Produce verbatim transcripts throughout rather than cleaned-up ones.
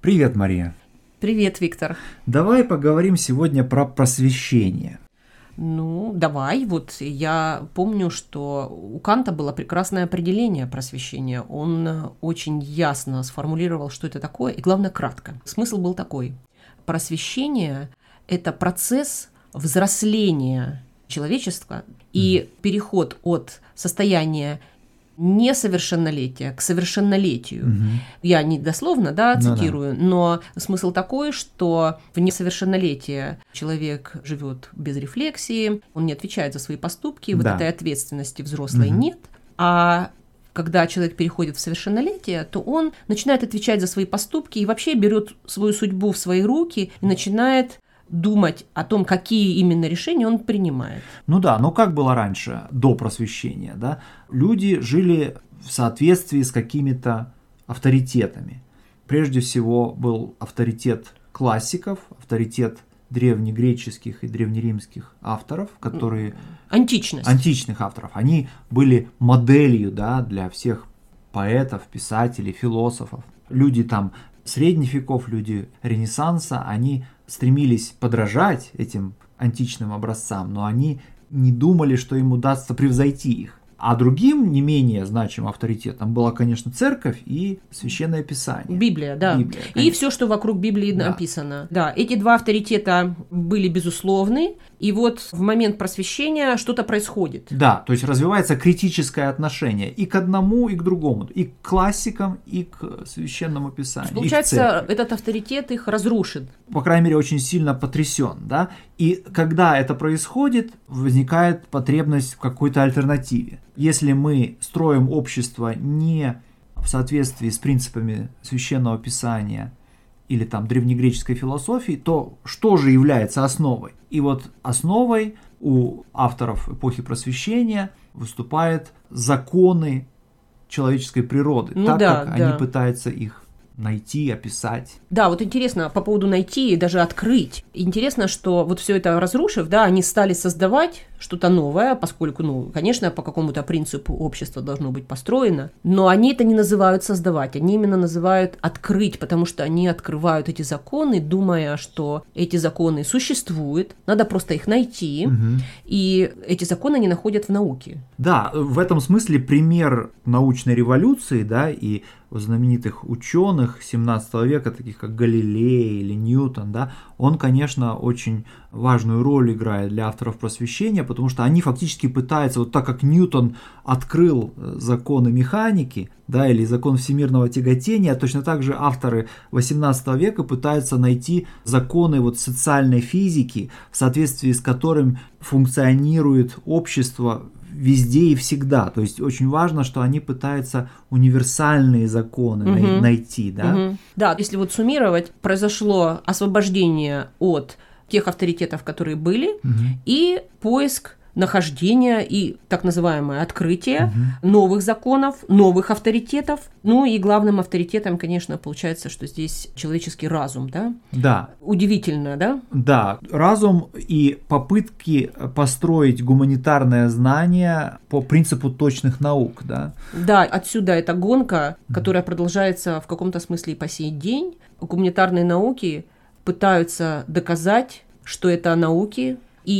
Привет, Мария. Привет, Виктор. Давай поговорим сегодня про просвещение. Ну, давай. Вот я помню, что у Канта было прекрасное определение просвещения. Он очень ясно сформулировал, что это такое, и, главное, кратко. Смысл был такой. Просвещение – это процесс взросления человечества и переход от состояния несовершеннолетия к совершеннолетию. Угу. Я не дословно, да, цитирую, Ну, да. но смысл такой, что в несовершеннолетие человек живет без рефлексии, он не отвечает за свои поступки, Да. вот этой ответственности взрослой Угу. нет, а когда человек переходит в совершеннолетие, то он начинает отвечать за свои поступки и вообще берет свою судьбу в свои руки и начинает думать о том, какие именно решения он принимает. Ну да, но как было раньше, до просвещения, да? Люди жили в соответствии с какими-то авторитетами. Прежде всего был авторитет классиков, авторитет древнегреческих и древнеримских авторов, которые... Античность. Античных авторов. Они были моделью, да, для всех поэтов, писателей, философов. Люди там средних веков, люди Ренессанса, они стремились подражать этим античным образцам, но они не думали, что им удастся превзойти их. А другим не менее значимым авторитетом была, конечно, церковь и священное писание. Библия, да. Библия, и все, что вокруг Библии Да. написано. Да, эти два авторитета были безусловны, и вот в момент просвещения что-то происходит. Да, то есть развивается критическое отношение и к одному, и к другому, и к классикам, и к священному писанию. Получается, этот авторитет их разрушит. По крайней мере, очень сильно потрясен, да. И когда это происходит, возникает потребность в какой-то альтернативе. Если мы строим общество не в соответствии с принципами священного писания или там древнегреческой философии, то что же является основой? И вот основой у авторов эпохи Просвещения выступают законы человеческой природы, Ну так да, как да. они пытаются их найти, описать. Да, вот интересно по поводу найти и даже открыть. Интересно, что вот все это разрушив, да, они стали создавать что-то новое, поскольку, ну, конечно, по какому-то принципу общество должно быть построено, но они это не называют создавать, они именно называют открыть, потому что они открывают эти законы, думая, что эти законы существуют, надо просто их найти, Угу. и эти законы они находят в науке. Да, в этом смысле пример научной революции, да, и знаменитых ученых семнадцатого века, таких как Галилей или Ньютон, да, он, конечно, очень важную роль играет для авторов Просвещения, потому что они фактически пытаются, вот так как Ньютон открыл законы механики, да, или закон всемирного тяготения, точно так же авторы восемнадцатого века пытаются найти законы вот социальной физики, в соответствии с которым функционирует общество везде и всегда. То есть очень важно, что они пытаются универсальные законы Мгм. най- найти, да? Мгм. Да, если вот суммировать, произошло освобождение от тех авторитетов, которые были, Мгм. и поиск нахождения и так называемое открытие Мгм. новых законов, новых авторитетов. Ну и главным авторитетом, конечно, получается, что здесь человеческий разум, да? Да, Удивительно, да? да, разум и попытки построить гуманитарное знание по принципу точных наук, да? Да, отсюда эта гонка, которая продолжается в каком-то смысле и по сей день. Гуманитарные науки пытаются доказать, что это науки,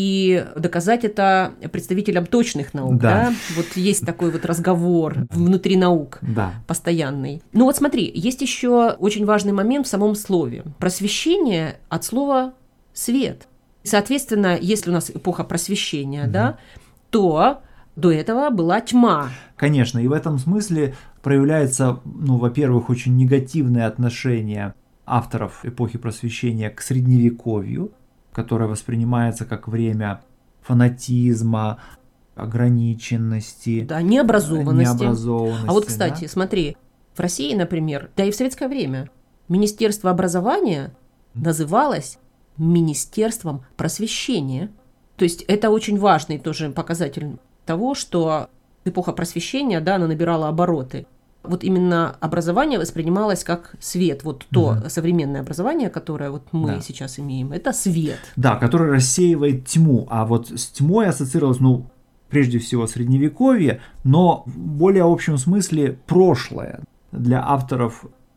и доказать это представителям точных наук, Да. да? Вот есть такой вот разговор внутри наук Да. постоянный. Ну вот смотри, есть еще очень важный момент в самом слове. Просвещение от слова «свет». Соответственно, если у нас эпоха просвещения, Мгм. да, то до этого была тьма. Конечно, и в этом смысле проявляется, ну, во-первых, очень негативное отношение авторов эпохи Просвещения к Средневековью, которое воспринимается как время фанатизма, ограниченности, Да, необразованности. необразованности, А вот, да. кстати, смотри, в России, например, да и в советское время, Министерство образования называлось Министерством просвещения. То есть это очень важный тоже показатель того, что эпоха просвещения, да, она набирала обороты. Вот именно образование воспринималось как свет. Вот то Мгм. современное образование, которое вот мы Да. сейчас имеем, это свет. Да, который рассеивает тьму. А вот с тьмой ассоциировалось, ну, прежде всего, Средневековье, но в более общем смысле прошлое. Для авторов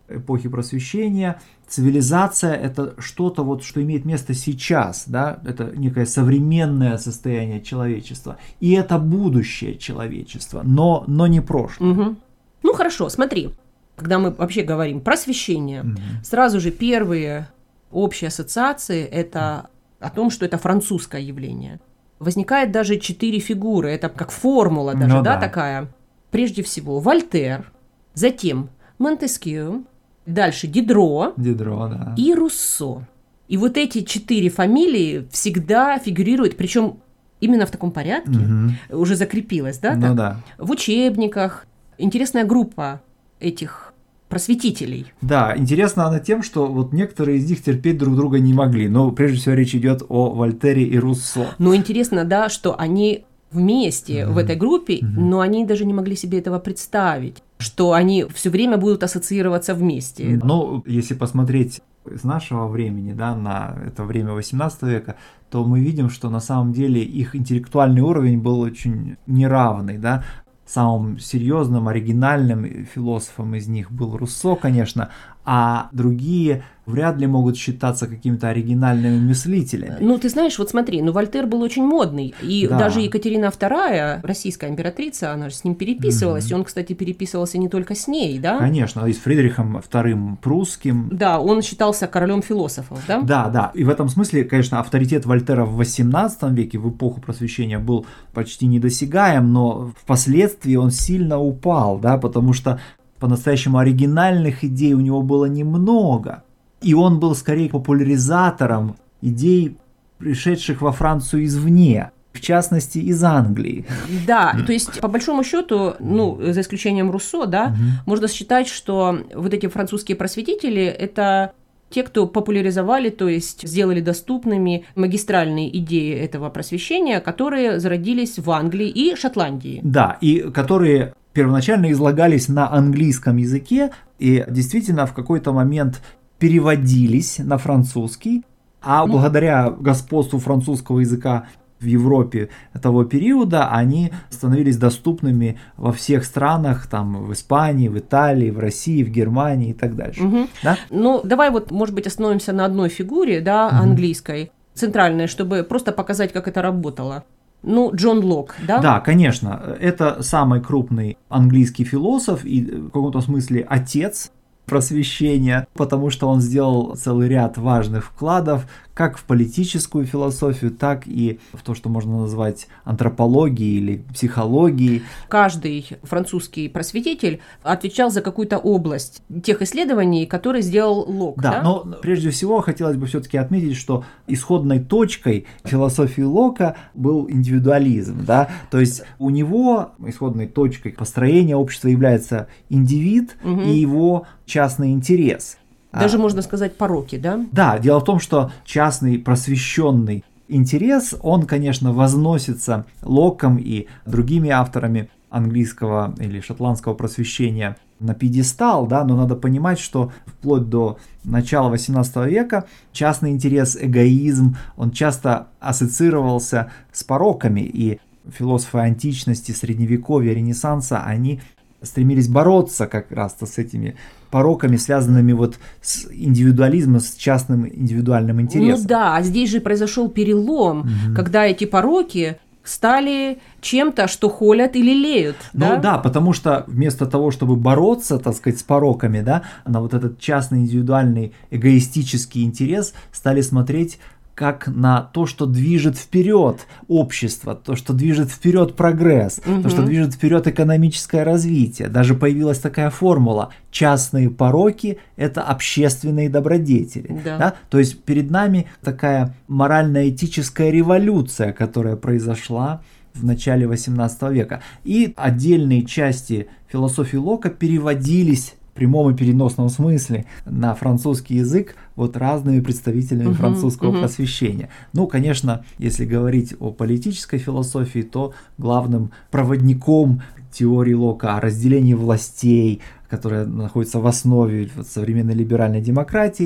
эпохи Просвещения цивилизация – это что-то, вот, что имеет место сейчас, да? Это некое современное состояние человечества, и это будущее человечества, но, но не прошлое. Угу. Ну хорошо, смотри, когда мы вообще говорим просвещение, угу. сразу же первые общие ассоциации – это о том, что это французское явление. Возникает даже четыре фигуры, это как формула даже, ну, да, да, такая. Прежде всего Вольтер, затем Монтескью, дальше Дидро, Дидро, да. и Руссо. И вот эти четыре фамилии всегда фигурируют, причем именно в таком порядке, угу. уже закрепилось, да, ну, так? Да. В учебниках. Интересная группа этих просветителей. Да, интересно она тем, что вот некоторые из них терпеть друг друга не могли. Но прежде всего речь идет о Вольтере и Руссо. Но интересно, да, что они вместе mm-hmm. в этой группе, mm-hmm. но они даже не могли себе этого представить, что они все время будут ассоциироваться вместе. Ну, если посмотреть из нашего времени, да, на это время восемнадцатого века, то мы видим, что на самом деле их интеллектуальный уровень был очень неравный, да. Самым серьезным, оригинальным философом из них был Руссо, конечно, а другие вряд ли могут считаться какими-то оригинальными мыслителями. Ну, ты знаешь, вот смотри, ну, Вольтер был очень модный, и да. даже Екатерина вторая, российская императрица, она же с ним переписывалась, mm-hmm. и он, кстати, переписывался не только с ней, да? Конечно, и с Фридрихом вторым прусским. Да, он считался королем философов, да? Да, да, и в этом смысле, конечно, авторитет Вольтера в восемнадцатом веке, в эпоху Просвещения, был почти недосягаем, но впоследствии он сильно упал, да, потому что по-настоящему оригинальных идей у него было немного. И он был скорее популяризатором идей, пришедших во Францию извне, в частности, из Англии. Да, то есть, по большому счету, ну, за исключением Руссо, да, угу. можно считать, что вот эти французские просветители – это те, кто популяризовали, то есть сделали доступными магистральные идеи этого просвещения, которые зародились в Англии и Шотландии. Да, и которые первоначально излагались на английском языке и действительно в какой-то момент переводились на французский, а ну, благодаря господству французского языка в Европе того периода они становились доступными во всех странах, там в Испании, в Италии, в России, в Германии и так дальше. Угу. Да? Ну, давай вот, может быть, остановимся на одной фигуре, да, угу. английской, центральной, чтобы просто показать, как это работало. Ну, Джон Лок, да? Да, конечно. Это самый крупный английский философ и в каком-то смысле отец просвещения, потому что он сделал целый ряд важных вкладов как в политическую философию, так и в то, что можно назвать антропологией или психологией. Каждый французский просветитель отвечал за какую-то область тех исследований, которые сделал Лок. Да, да? но прежде всего хотелось бы все-таки отметить, что исходной точкой философии Лока был индивидуализм. Да? То есть у него исходной точкой построения общества является индивид угу. и его частный интерес. Даже а, можно сказать пороки, да? Да, дело в том, что частный просвещенный интерес, он, конечно, возносится Локом и другими авторами английского или шотландского просвещения на пьедестал, да, но надо понимать, что вплоть до начала восемнадцатого века частный интерес, эгоизм, он часто ассоциировался с пороками, и философы античности, средневековья, Ренессанса, они стремились бороться как раз-то с этими пороками, связанными вот с индивидуализмом, с частным индивидуальным интересом. Ну да, а здесь же произошел перелом, угу. когда эти пороки стали чем-то, что холят и лелеют. Ну да? да, потому что вместо того, чтобы бороться, так сказать, с пороками, да, на вот этот частный индивидуальный эгоистический интерес стали смотреть как на то, что движет вперед общество, то, что движет вперед прогресс, угу. то, что движет вперед экономическое развитие. Даже появилась такая формула: частные пороки – это общественные добродетели. Да. Да? То есть перед нами такая морально-этическая революция, которая произошла в начале восемнадцатого века. И отдельные части философии Лока переводились в прямом и переносном смысле на французский язык вот разными представителями uh-huh, французского uh-huh. просвещения. Ну, конечно, если говорить о политической философии, то главным проводником теории Лока о разделении властей, которая находится в основе современной либеральной демократии,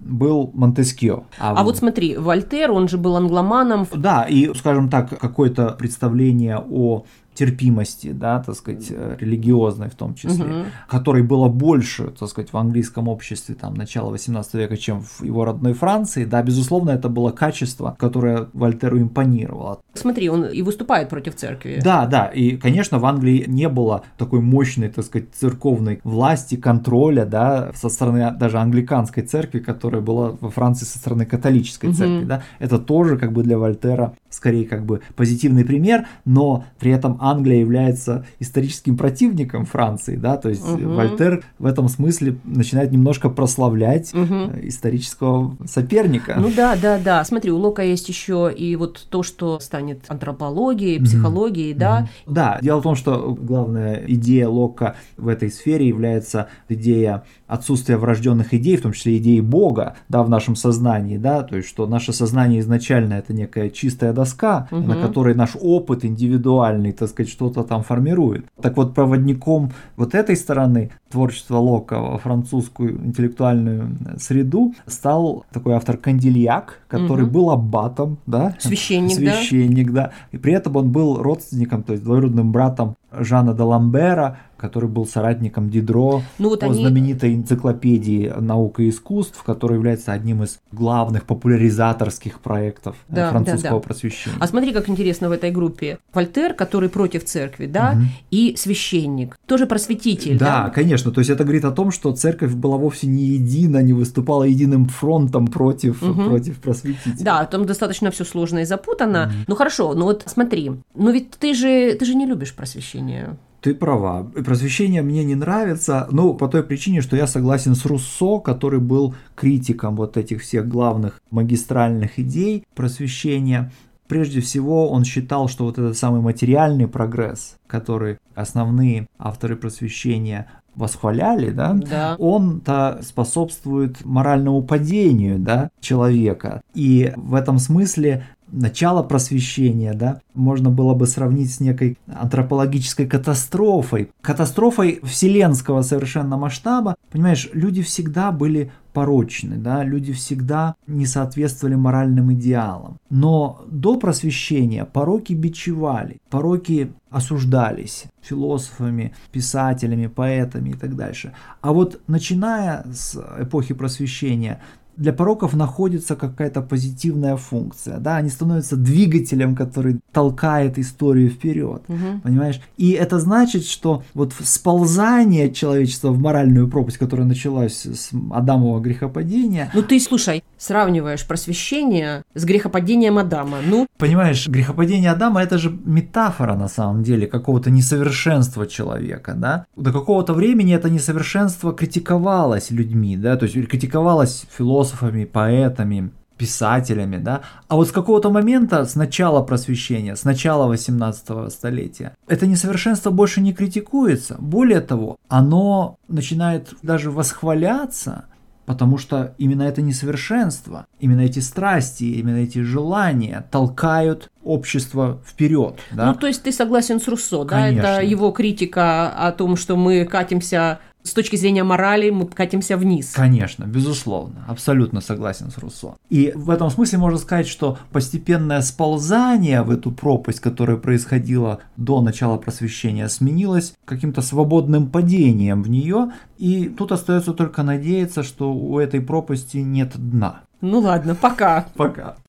был Монтескьё. А, а вот смотри, Вольтер, он же был англоманом. Да, и, скажем так, какое-то представление о терпимости, да, так сказать, религиозной в том числе, угу. которой было больше, так сказать, в английском обществе там начала восемнадцатого века, чем в его родной Франции, да, безусловно, это было качество, которое Вольтеру импонировало. Смотри, он и выступает против церкви. Да, да, и, конечно, в Англии не было такой мощной, так сказать, церковной власти, контроля, да, со стороны даже англиканской церкви, которая была во Франции со стороны католической угу. церкви, да, это тоже как бы для Вольтера скорее как бы позитивный пример, но при этом Англия является историческим противником Франции, да, то есть угу. Вольтер в этом смысле начинает немножко прославлять угу. исторического соперника. Ну да, да, да. Смотри, у Лока есть еще и вот то, что станет антропологией, психологией, угу. да. Да, дело в том, что главная идея Лока в этой сфере является идея отсутствия врожденных идей, в том числе идеи Бога, да, в нашем сознании, да, то есть что наше сознание изначально это некая чистая доска, угу. на которой наш опыт индивидуальный, так сказать, что-то там формирует. Так вот, проводником вот этой стороны творчества Лока во французскую интеллектуальную среду стал такой автор Кандильяк, который угу. был аббатом, да, священник, священник, да? да, и при этом он был родственником, то есть двоюродным братом Жана де Ламбера, который был соратником Дидро ну, вот по они... знаменитой энциклопедии наук и искусств, который является одним из главных популяризаторских проектов да, французского да, да. просвещения. А смотри, как интересно в этой группе. Вольтер, который против церкви, да, угу. и священник, тоже просветитель. Да, да, конечно. То есть это говорит о том, что церковь была вовсе не едина, не выступала единым фронтом против, угу. против просветителей. Да, там достаточно все сложно и запутанно. Угу. Ну хорошо, ну вот смотри, ну ведь ты же, ты же не любишь просвещение. Ты права. Просвещение мне не нравится, ну, по той причине, что я согласен с Руссо, который был критиком вот этих всех главных магистральных идей просвещения. Прежде всего, он считал, что вот этот самый материальный прогресс, который основные авторы просвещения восхваляли, да, да. он-то способствует моральному падению, да, человека. И в этом смысле начало просвещения, да, можно было бы сравнить с некой антропологической катастрофой. Катастрофой вселенского совершенно масштаба. Понимаешь, люди всегда были порочны, да, люди всегда не соответствовали моральным идеалам. Но до просвещения пороки бичевали, пороки осуждались философами, писателями, поэтами и так дальше. А вот начиная с эпохи просвещения, для пороков находится какая-то позитивная функция, да, они становятся двигателем, который толкает историю вперед, угу. понимаешь? И это значит, что вот сползание человечества в моральную пропасть, которая началась с Адамова грехопадения. Ну ты слушай, сравниваешь просвещение с грехопадением Адама, ну. Понимаешь, грехопадение Адама это же метафора на самом деле какого-то несовершенства человека, да? До какого-то времени это несовершенство критиковалось людьми, да, то есть критиковалось философами, философами, поэтами, писателями, да, а вот с какого-то момента, с начала просвещения, с начала восемнадцатого столетия, это несовершенство больше не критикуется, более того, оно начинает даже восхваляться, потому что именно это несовершенство, именно эти страсти, именно эти желания толкают общество вперед. Да? Ну, то есть ты согласен с Руссо, да? Это его критика о том, что мы катимся с точки зрения морали, мы катимся вниз. Конечно, безусловно, абсолютно согласен с Руссо. И в этом смысле можно сказать, что постепенное сползание в эту пропасть, которая происходила до начала просвещения, сменилось каким-то свободным падением в нее, и тут остается только надеяться, что у этой пропасти нет дна. Ну ладно, пока. Пока.